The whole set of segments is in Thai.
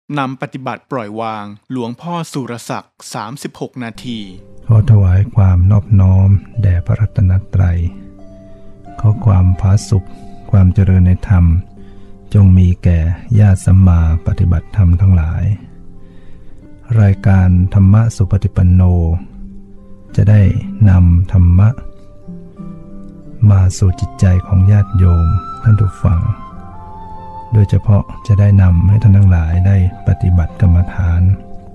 นำปฏิบัติปล่อยวางหลวงพ่อสุรศักดิ์36 นาทีขอถวายความนอบน้อมแด่พระรัตนตรัยขอความผาสุกความเจริญในธรรมจงมีแก่ญาติสัมมาปฏิบัติธรรมทั้งหลายรายการธรรมะสุปฏิปันโนจะได้นำธรรมะมาสู่จิตใจของญาติโยมท่านผู้ฟังโดยเฉพาะจะได้นำให้ท่านทั้งหลายได้ปฏิบัติกรรมฐาน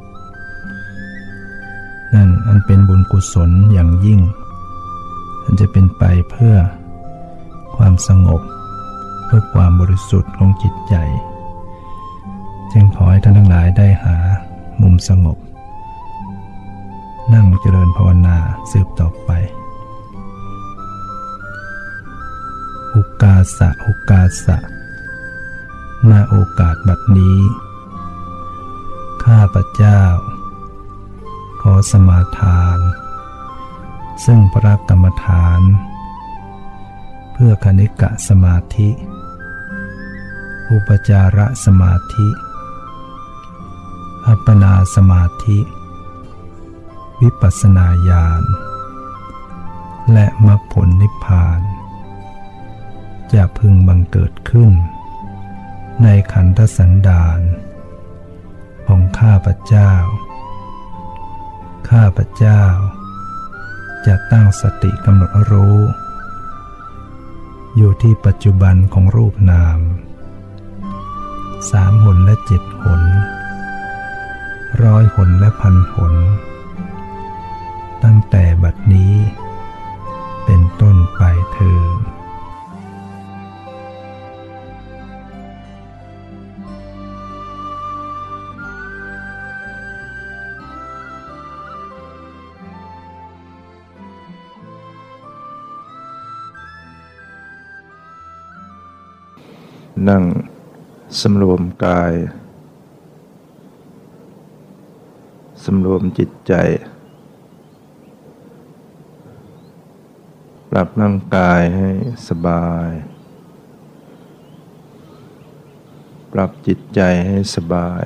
นั่นอันเป็นบุญกุศลอย่างยิ่งอันจะเป็นไปเพื่อความสงบเพื่อความบริสุทธิ์ของจิตใจจึงขอให้ท่านทั้งหลายได้หามุมสงบนั่งเจริญภาวนาสืบต่อไปอุกาสะอุกาสะณโอกาสบัดนี้ข้าพเจ้าขอสมาทานซึ่งพระกรรมฐานเพื่อคณิกะสมาธิอุปจารสมาธิอัปปนาสมาธิวิปัสสนาญาณและมรรคผลนิพพานจะพึงบังเกิดขึ้นในขันธสันดานของข้าพเจ้าข้าพเจ้าจะตั้งสติกำหนดรู้อยู่ที่ปัจจุบันของรูปนาม3 หนและ7 หน100 หนและ1,000 หนตั้งแต่บัดนี้เป็นต้นไปเถิดนั่งสำรวมกายสำรวมจิตใจปรับร่างกายให้สบายปรับจิตใจให้สบาย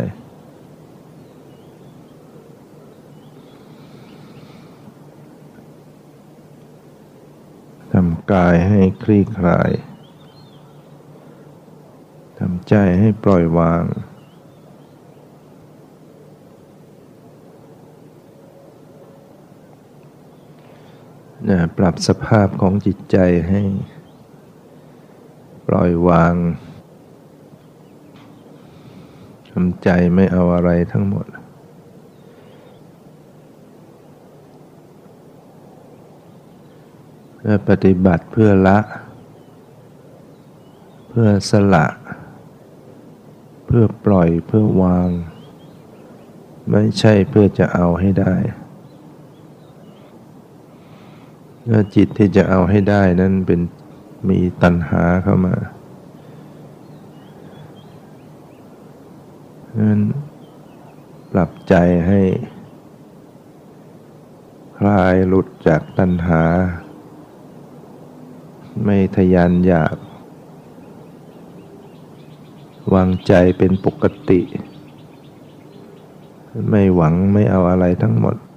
ทำกายให้คลี่คลายทำใจให้ปล่อยวางปรับสภาพของจิตใจให้ปล่อยวางทำใจไม่เอาอะไรทั้งหมดเพื่อปฏิบัติเพื่อละเพื่อสละเพื่อปล่อยเพื่อวางไม่ใช่เพื่อจะเอาให้ได้เมื่อจิตที่จะเอาให้ได้นั้นเป็นมีตัณหาเข้ามานั้นปรับใจให้คลายหลุดจากตัณหาไม่ทะยานอยากวางใจเป็นปกติไม่หวังไม่เอาอะไรทั้งหมด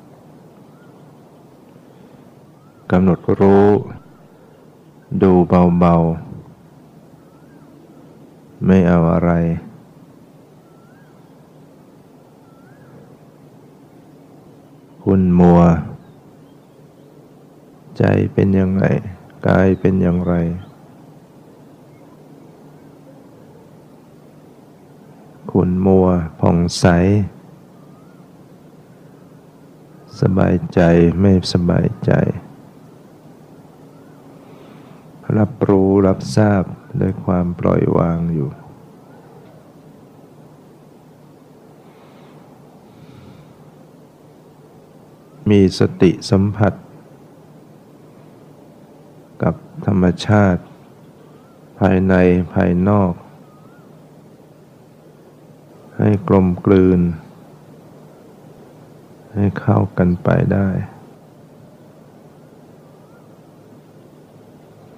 กำหนดรู้ดูเบาๆไม่เอาอะไรขุ่นมัวใจเป็นยังไงกายเป็นอย่างไรขุ่นมัวผ่องใสสบายใจไม่สบายใจรับรู้รับทราบด้วยความปล่อยวางอยู่มีสติสัมผัสกับธรรมชาติภายในภายนอกให้กลมกลืนให้เข้ากันไปได้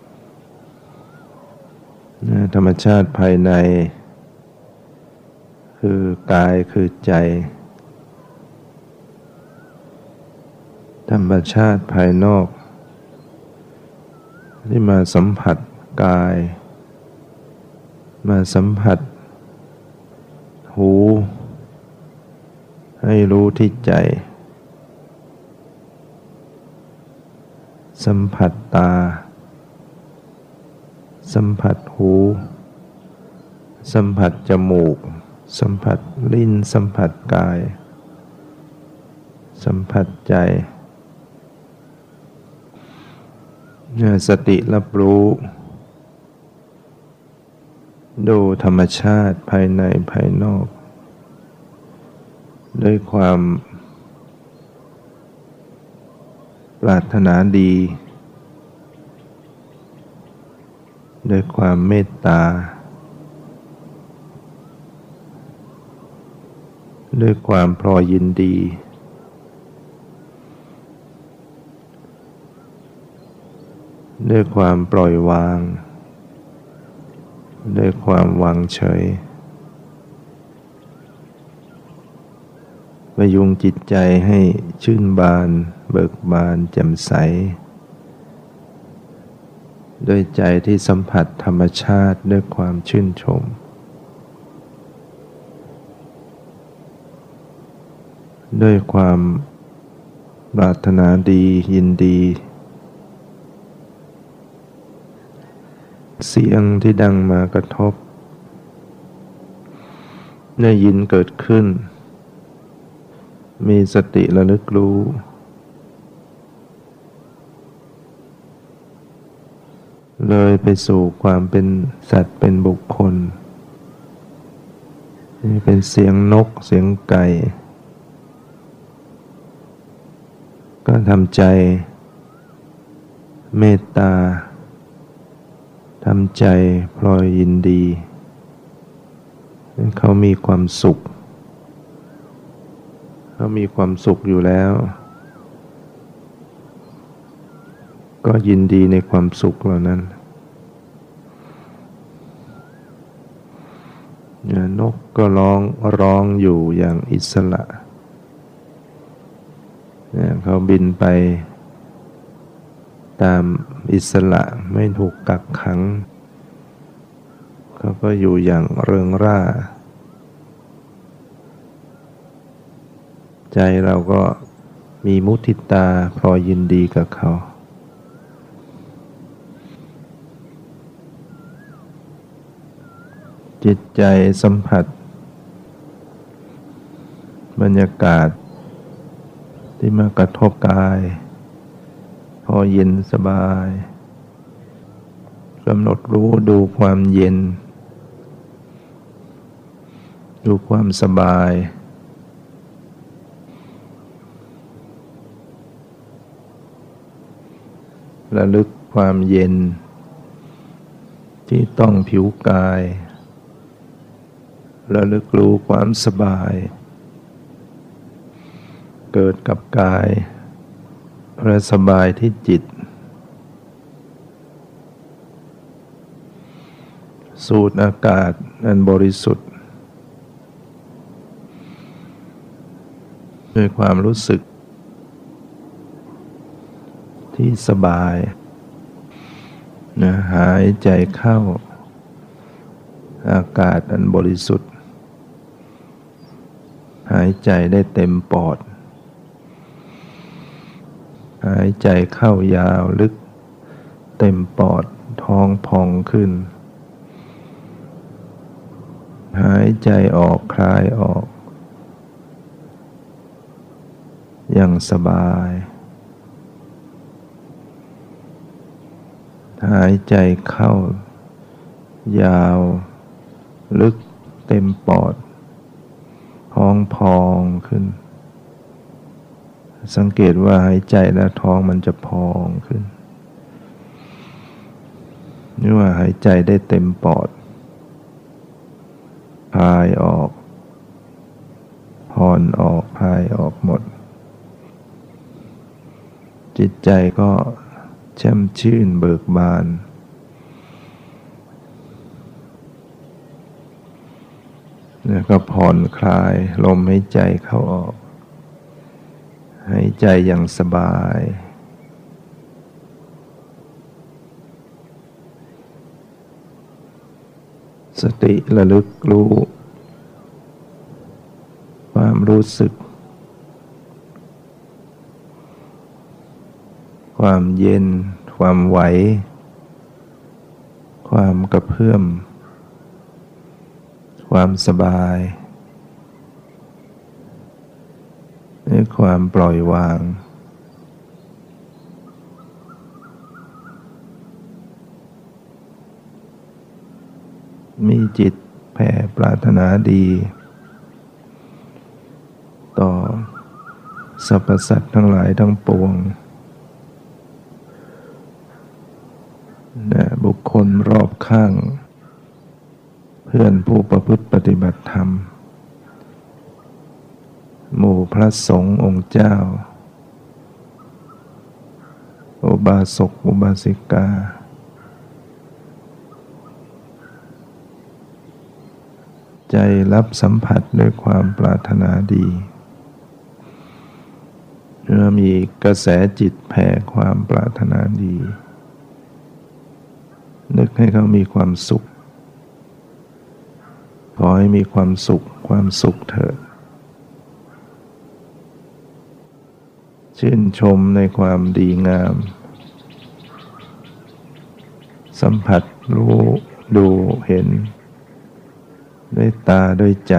ธรรมชาติภายในคือกายคือใจธรรมชาติภายนอกที่มาสัมผัสกายมาสัมผัสหูให้รู้ที่ใจสัมผัสตาสัมผัสหูสัมผัสจมูกสัมผัสลิ้นสัมผัสกายสัมผัสใจสติรับรู้ดูธรรมชาติภายในภายนอกด้วยความปรารถนาดีด้วยความเมตตาด้วยความพอยินดีด้วยความปล่อยวางด้วยความวางเฉยประยุงจิตใจให้ชื่นบานเบิกบานแจ่มใสด้วยใจที่สัมผัสธรรมชาติด้วยความชื่นชมด้วยความปรารถนาดียินดีเสียงที่ดังมากระทบได้ยินเกิดขึ้นมีสติระลึกรู้เลยไปสู่ความเป็นสัตว์เป็นบุคคลนี่เป็นเสียงนกเสียงไก่ก็ทำใจเมตตาทำใจพลอยยินดีเขามีความสุขเขามีความสุขอยู่แล้วก็ยินดีในความสุขเหล่านั้นนกก็ร้องอยู่อย่างอิสระเขาบินไปตามอิสระไม่ถูกกักขังเขาก็อยู่อย่างเริงร่าใจเราก็มีมุทิตาพอยินดีกับเขาจิตใจสัมผัสบรรยากาศที่มากระทบกายพอเย็นสบายกำหนดรู้ดูความเย็นดูความสบายระลึกความเย็นที่ต้องผิวกายระลึกรู้ความสบายเกิดกับกายและสบายที่จิตสูดอากาศอันบริสุทธิ์ด้วยความรู้สึกที่สบายหายใจเข้าอากาศอันบริสุทธิ์หายใจได้เต็มปอดหายใจเข้ายาวลึกเต็มปอดท้องพองขึ้นหายใจออกคลายออกอย่างสบายหายใจเข้ายาวลึกเต็มปอดท้องพองขึ้นสังเกตว่าหายใจแล้วท้องมันจะพองขึ้นนี่ว่าหายใจได้เต็มปอดพายออกผ่อนออกพายออกหมดจิตใจก็แช่มชื่นเบิกบานแล้วก็ผ่อนคลายลมหายใจเข้าออกหายใจอย่างสบายสติระลึกรู้ความรู้สึกความเย็นความไหวความกระเพื่อมความสบายและความปล่อยวางมีจิตแผ่ปรารถนาดีต่อสรรพสัตว์ทั้งหลายทั้งปวงและบุคคลรอบข้างเพื่อนผู้ประพฤติปฏิบัติธรรมหมู่พระสงฆ์องค์เจ้าอุบาสกอุบาสิกาใจรับสัมผัสด้วยความปรารถนาดีเมื่อมีกระแสจิตแผ่ความปรารถนาดีนึกให้เขามีความสุขขอให้มีความสุขเถิดชื่นชมในความดีงามสัมผัสรู้ดูเห็นด้วยตาด้วยใจ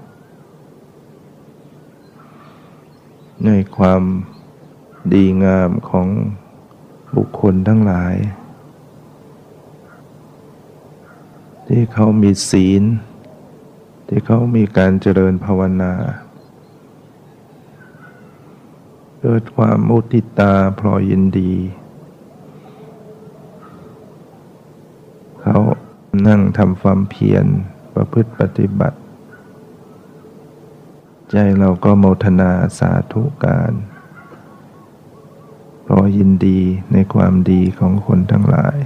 ในความดีงามของบุคคลทั้งหลายที่เขามีศีลที่เขามีการเจริญภาวนาเกิดความมุทิตาพลอยยินดีเขานั่งทำความเพียรประพฤติปฏิบัติใจเราก็โมทนาสาธุการพลอยยินดีในความดีของคนทั้งหลาย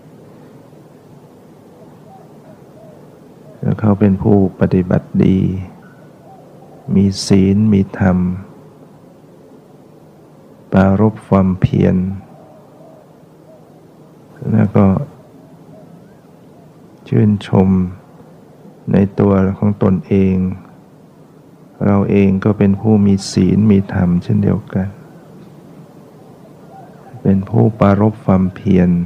แล้วเขาเป็นผู้ปฏิบัติดีมีศีลมีธรรมปรารภความเพียรแล้วก็ชื่นชมในตัวของตนเองเราเองก็เป็นผู้มีศีลมีธรรมเช่นเดียวกันเป็นผู้ปรารภความเพียร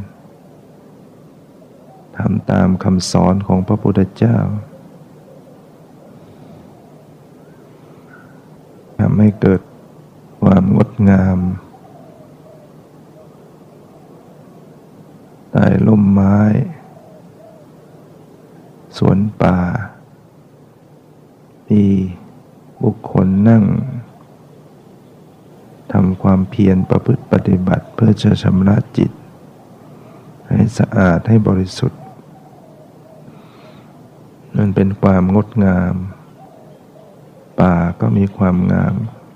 ทำตามคำสอนของพระพุทธเจ้าทำให้เกิดความงดงามใต้ร่มไม้สวนป่ามีบุคคลนั่งทำความเพียรประพฤติปฏิบัติเพื่อจะชำระจิตให้สะอาดให้บริสุทธิ์นั่นเป็นความงดงามป่าก็มีความงาม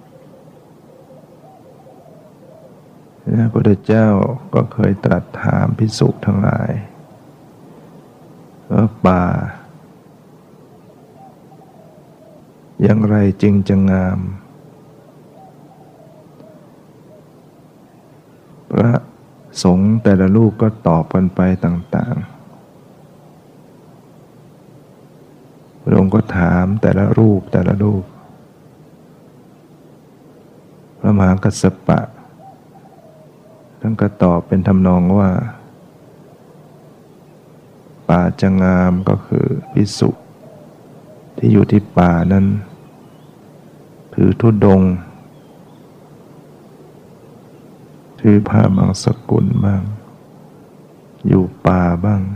พระพุทธเจ้าก็เคยตรัสถามภิกษุทั้งหลายว่าป่าอย่างไรจึงจะงามพระสงฆ์แต่ละรูปก็ตอบกันไปต่างๆพระองค์ก็ถามแต่ละรูปพระมหากัสสปะท่านก็ตอบเป็นทำนองว่าป่าจะงามก็คือภิกษุที่อยู่ที่ป่านั้นถือธุดงค์ถือผ้าบางสกุลบ้างอยู่ป่าบ้าง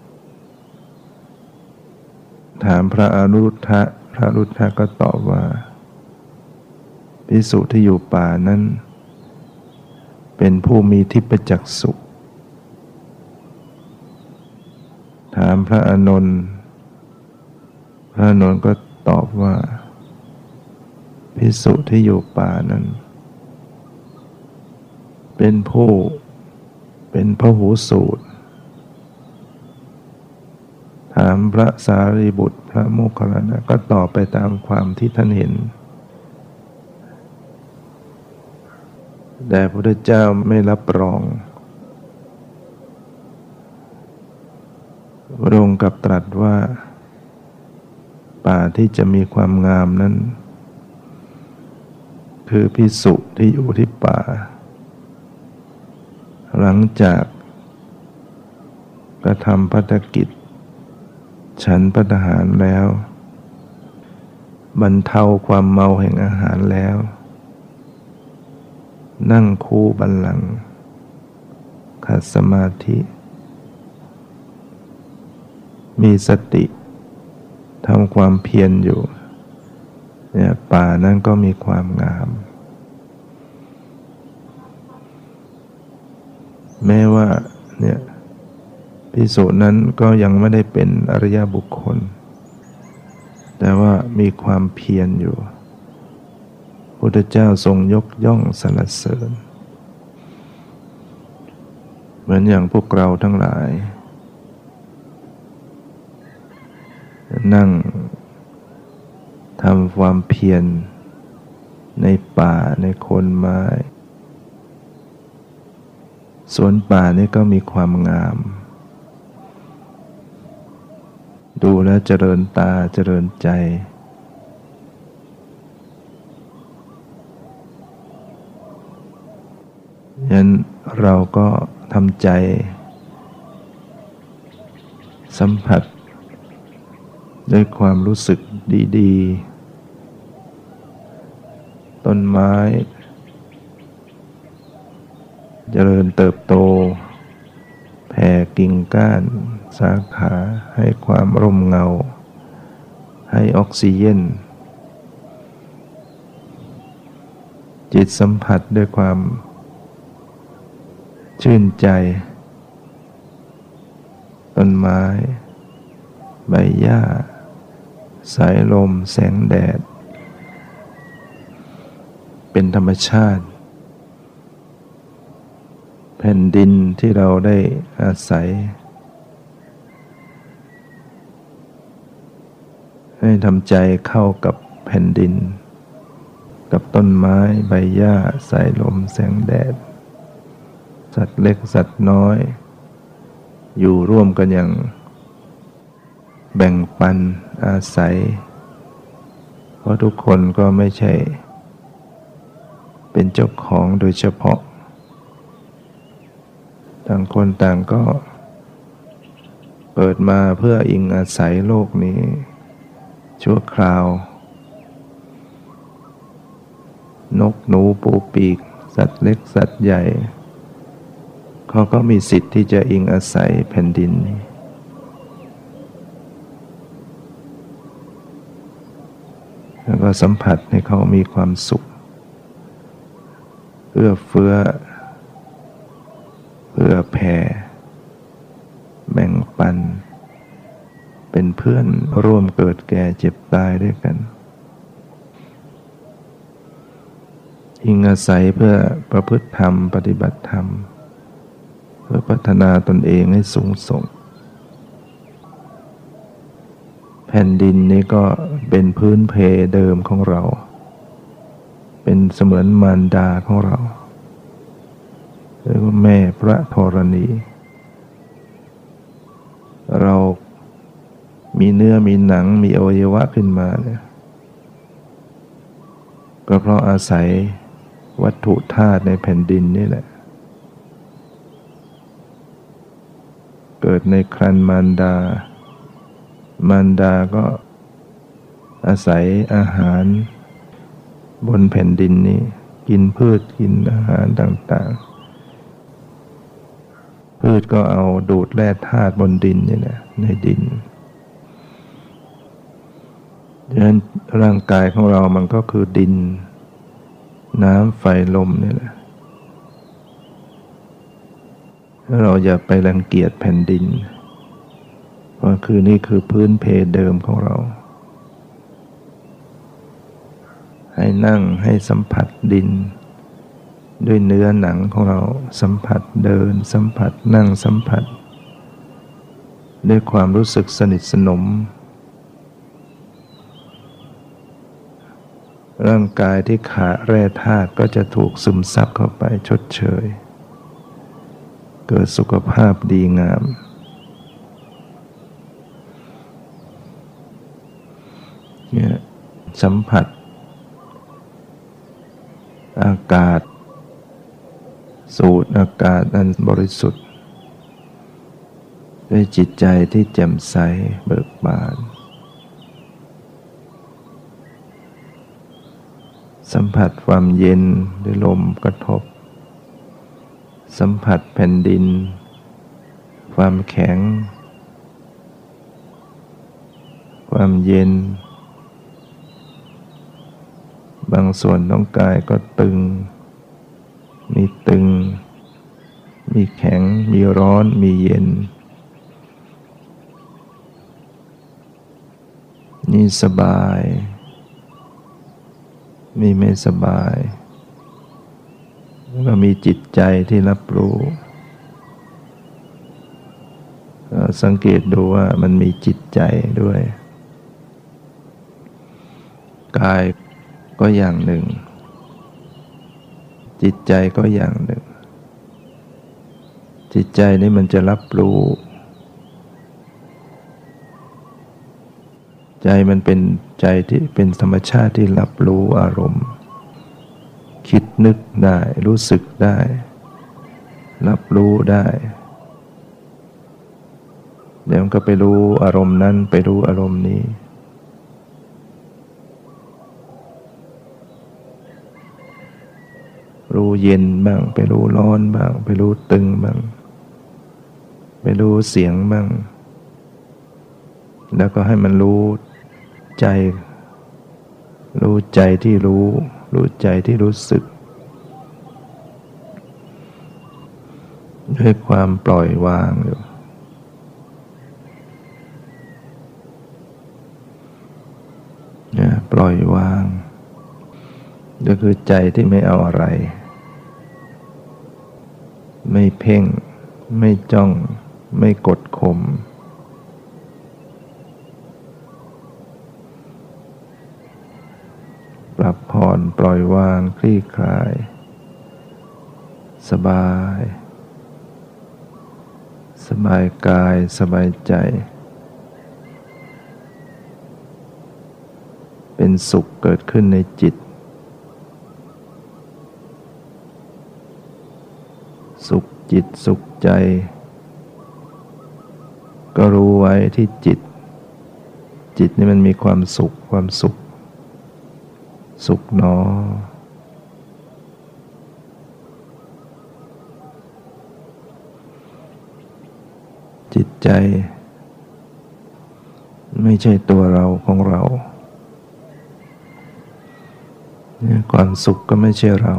ถามพระอนุรุทธะพระอนุรุทธะก็ตอบว่าภิกษุที่อยู่ป่านั้นเป็นผู้มีทิพจักษุถามพระอานนท์พระอานนท์ก็ตอบว่าภิกษุที่อยู่ป่านั้นเป็นพหูสูตรถามามพระสารีบุตรพระโมคคัลลานะก็ตอบไปตามความที่ท่านเห็นแต่พระพุทธเจ้าไม่รับรองพระองค์กลับตรัสว่าป่าที่จะมีความงามนั้นคือภิกษุที่อยู่ที่ป่าหลังจากกระทำภัตกิจฉันภัตตาหารแล้วบรรเทาความเมาแห่งอาหารแล้วนั่งคูบัลลังก์ขัดสมาธิมีสติทำความเพียรอยู่เนี่ยป่านั้นก็มีความงามแม้ว่าเนี่ยภิกษุนั้นก็ยังไม่ได้เป็นอริยบุคคลแต่ว่ามีความเพียรอยู่พุทธเจ้าทรงยกย่องสรรเสริญเหมือนอย่างพวกเราทั้งหลายนั่งทำความเพียรในป่าในโคนไม้สวนป่านี่ก็มีความงามดูแล้วเจริญตาเจริญใจฉะนั้นเราก็ทำใจสัมผัสด้วยความรู้สึกดีๆต้นไม้เจริญเติบโตแผ่กิ่งก้านสาขาให้ความร่มเงาให้ออกซิเจนจิตสัมผัสด้วยความชื่นใจต้นไม้ใบหญ้าสายลมแสงแดดเป็นธรรมชาติแผ่นดินที่เราได้อาศัยให้ทำใจเข้ากับแผ่นดินกับต้นไม้ใบหญ้าสายลมแสงแดดสัตว์เล็กสัตว์น้อยอยู่ร่วมกันอย่างแบ่งปันอาศัยเพราะทุกคนก็ไม่ใช่เป็นเจ้าของโดยเฉพาะต่างคนต่างก็เปิดมาเพื่ออิงอาศัยโลกนี้ชั่วคราวนกหนูปูปีกสัตว์เล็กสัตว์ใหญ่เขาก็มีสิทธิ์ที่จะอิงอาศัยแผ่นดินนี้แล้วก็สัมผัสให้เขามีความสุขเอื้อเฟื้อแผ่แบ่งปันเป็นเพื่อนร่วมเกิดแก่เจ็บตายด้วยกันอิงอาศัยเพื่อประพฤติธรรมปฏิบัติธรรมเพื่อพัฒนาตนเองให้สูงส่งแผ่นดินนี้ก็เป็นพื้นเพเดิมของเราเป็นเสมือนมารดาของเราเรียกว่าแม่พระธรณีเรามีเนื้อมีหนังมีอวัยวะขึ้นมาเนี่ยก็เพราะอาศัยวัตถุธาตุในแผ่นดินนี่แหละเกิดในครรภ์มารดาก็อาศัยอาหารบนแผ่นดินนี้กินพืชกินอาหารต่างๆพืชก็เอาดูดแร่ธาตุบนดินนี่แหละในดินดังนั้นร่างกายของเรามันก็คือดินน้ำไฟลมนี่แหละเราอย่าไปรังเกียจแผ่นดินเพราะนี่คือพื้นเพเดิมของเราให้นั่งให้สัมผัสดินด้วยเนื้อหนังของเราสัมผัสเดินสัมผัสนั่งสัมผัสด้วยความรู้สึกสนิทสนมร่างกายที่ขาดแร่ธาตุก็จะถูกซึมซับเข้าไปชดเชยเกิดสุขภาพดีงามเนี่ยสัมผัสอากาศสูดอากาศอันบริสุทธิ์ด้วยจิตใจที่แจ่มใสเบิกบานสัมผัสความเย็นด้วยลมกระทบสัมผัสแผ่นดินความแข็งความเย็นบางส่วนของกายก็ตึงมีแข็งมีร้อนมีเย็นนี่สบายมีไม่สบายแล้วก็มีจิตใจที่รับรู้สังเกตดูว่ามันมีจิตใจด้วยกายก็อย่างหนึ่งจิตใจก็อย่างหนึ่งจิตใจนี่มันจะรับรู้ใจมันเป็นใจที่เป็นธรรมชาติที่รับรู้อารมณ์คิดนึกได้รู้สึกได้รับรู้ได้เดี๋ยวมันก็ไปรู้อารมณ์นั้นไปรู้อารมณ์นี้รู้เย็นบ้างไปรู้ร้อนบ้างไปรู้ตึงบ้างไปรู้เสียงบ้างแล้วก็ให้มันรู้ใจที่รู้ใจที่รู้สึกด้วยความปล่อยวางอยู่ปล่อยวางก็คือใจที่ไม่เอาอะไรไม่เพ่งไม่จ้องไม่กดข่มปรับผ่อนปล่อยวางคลี่คลายสบายกายสบายใจเป็นสุขเกิดขึ้นในจิตสุขจิตสุขใจก็รู้ไว้ที่จิตนี่มันมีความสุขหนอจิตใจไม่ใช่ตัวเราของเราความสุขก็ไม่ใช่เรา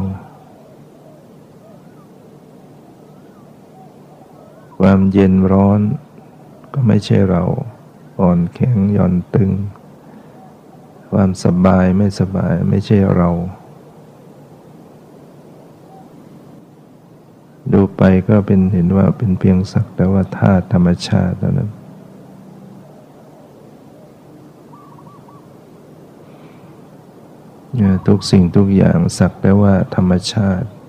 ความเย็นร้อนก็ไม่ใช่เราอ่อนแข็งหย่อนตึงความสบายไม่สบายไม่ใช่เราดูไปก็เห็นว่าเป็นเพียงสักแต่ว่าธาตุธรรมชาติเท่านั้นทุกสิ่งทุกอย่างสักแต่ว่าธรรมชาติ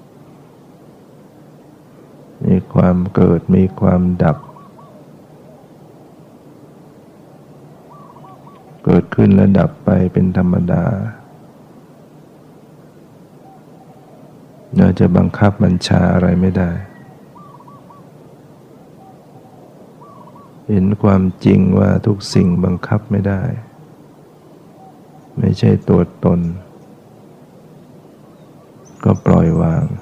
มีความเกิดมีความดับเกิดขึ้นและดับไปเป็นธรรมดาเราจะบังคับบัญชาอะไรไม่ได้เห็นความจริงว่าทุกสิ่งบังคับไม่ได้ไม่ใช่ตัวตนก็ปล่อยวาง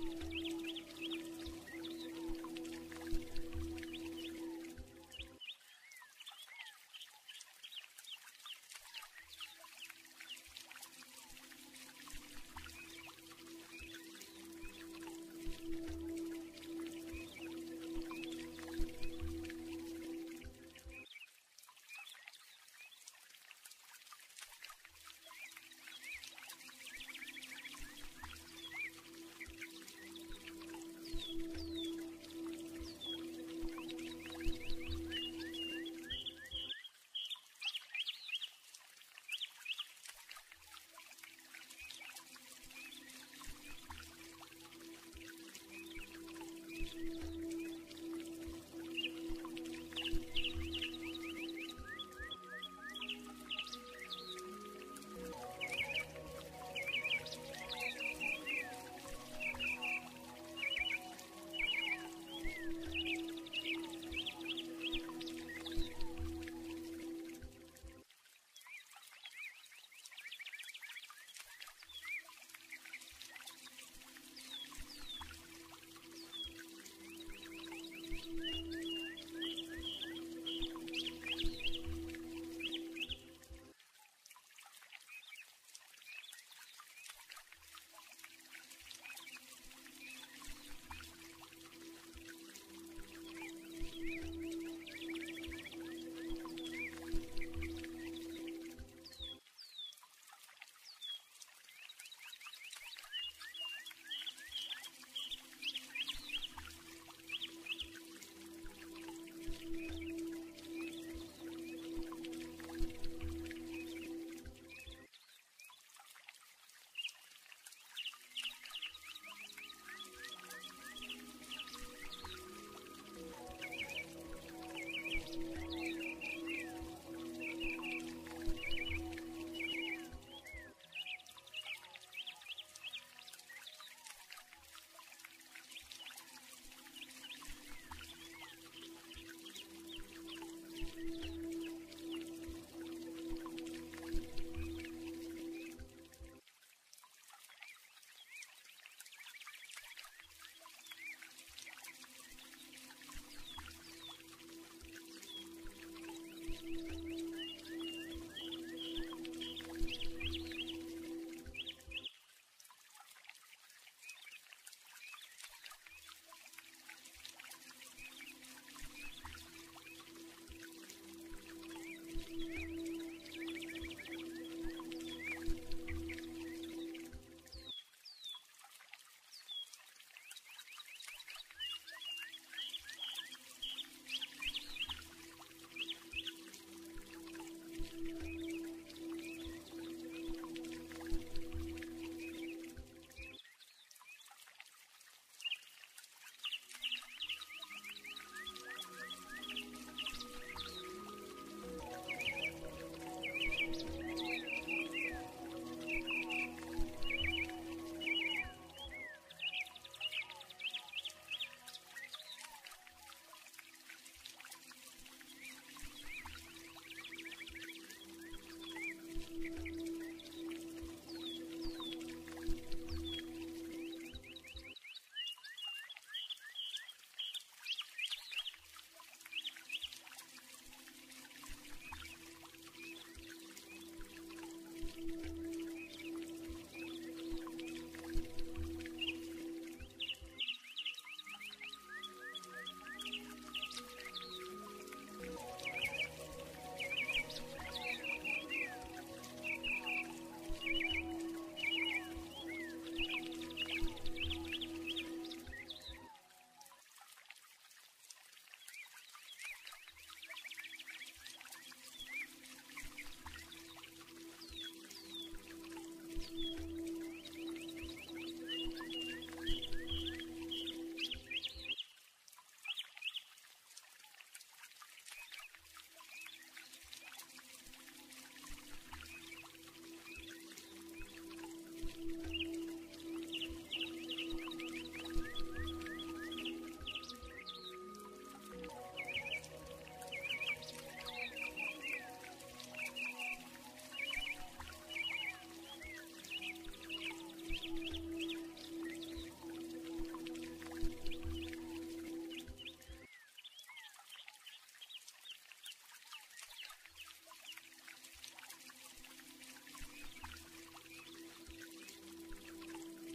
ข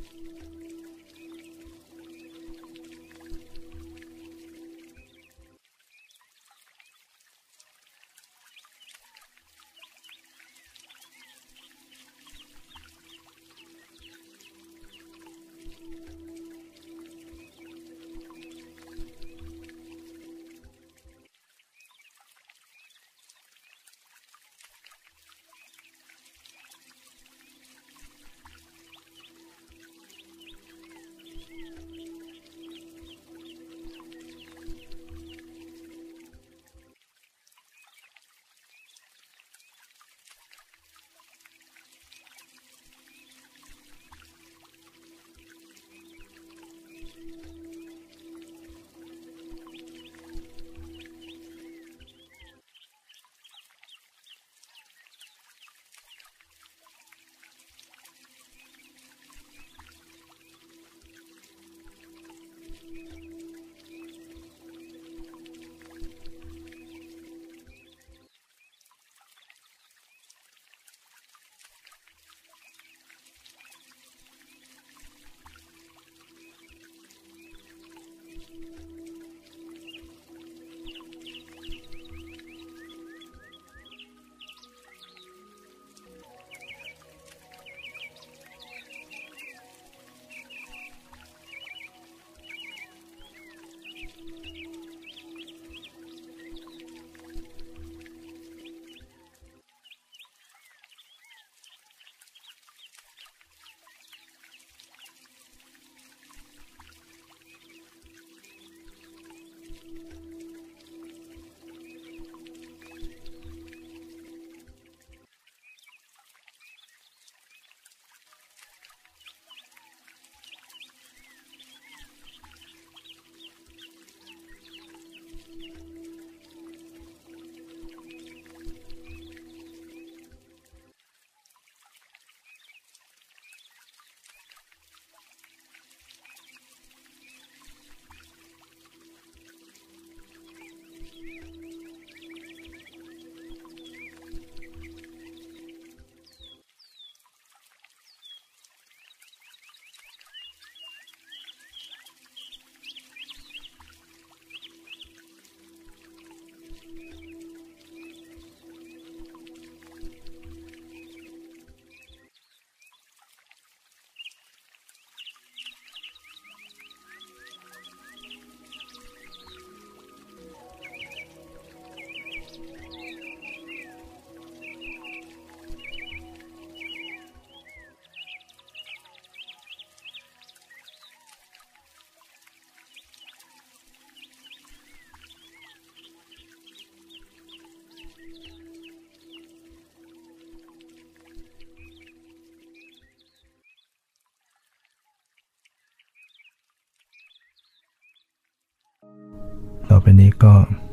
ต่อไปนี้ก็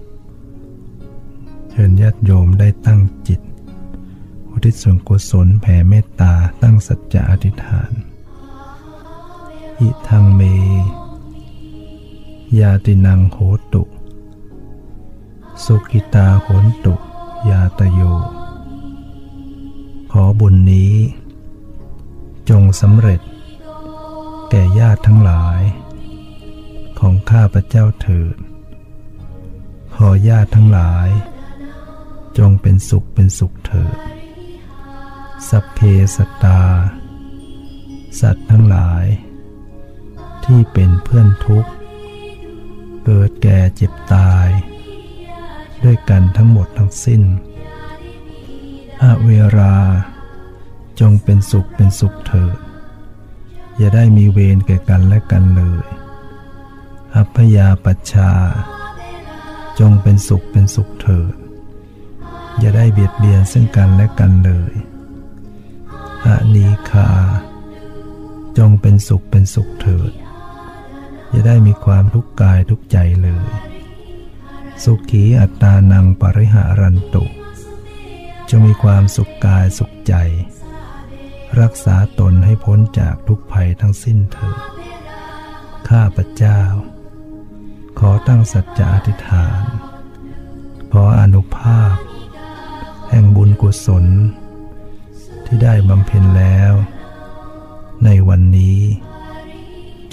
เชิญญาติโยมได้ตั้งจิตอุทิศส่วนกุศลแผ่เมตตาตั้งสัจจะอธิษฐานอิทังเมยาตินังโหตุสุขิตาโหนตุยาตโยขอบุญนี้จงสำเร็จแก่ญาติทั้งหลายของข้าพเจ้าเถิดขอญาติทั้งหลายจงเป็นสุขเถิดสัพเพสัตตาสัตว์ทั้งหลายที่เป็นเพื่อนทุกข์เกิดแก่เจ็บตายด้วยกันทั้งหมดทั้งสิ้นอเวราจงเป็นสุขเถิดอย่าได้มีเวรแก่กันและกันเลยอัพพยาปัชชาจงเป็นสุขเถิดอย่าได้เบียดเบียนซึ่งกันและกันเลยอนีคาจงเป็นสุขเถิดอย่าได้มีความทุกข์กายทุกข์ใจเลยสุขีอัตตานังปริหารันตุจงมีความสุขกายสุขใจรักษาตนให้พ้นจากทุกภัยทั้งสิ้นเถิดข้าพเจ้าขอตั้งสัจจะอธิษฐานขออานุภาพแห่งบุญกุศลที่ได้บำเพ็ญแล้วในวันนี้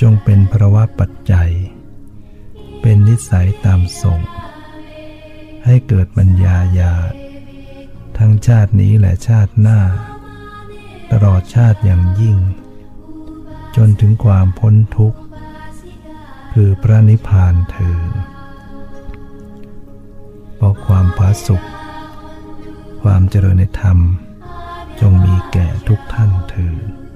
จงเป็นภวะปัจจัยเป็นนิสัยตามส่งให้เกิดปัญญาญาณทั้งชาตินี้และชาติหน้าตลอดชาติอย่างยิ่งจนถึงความพ้นทุกข์คือพระนิพพานเถิดเพราะความผาสุกความเจริญในธรรมจงมีแก่ทุกท่านเถิด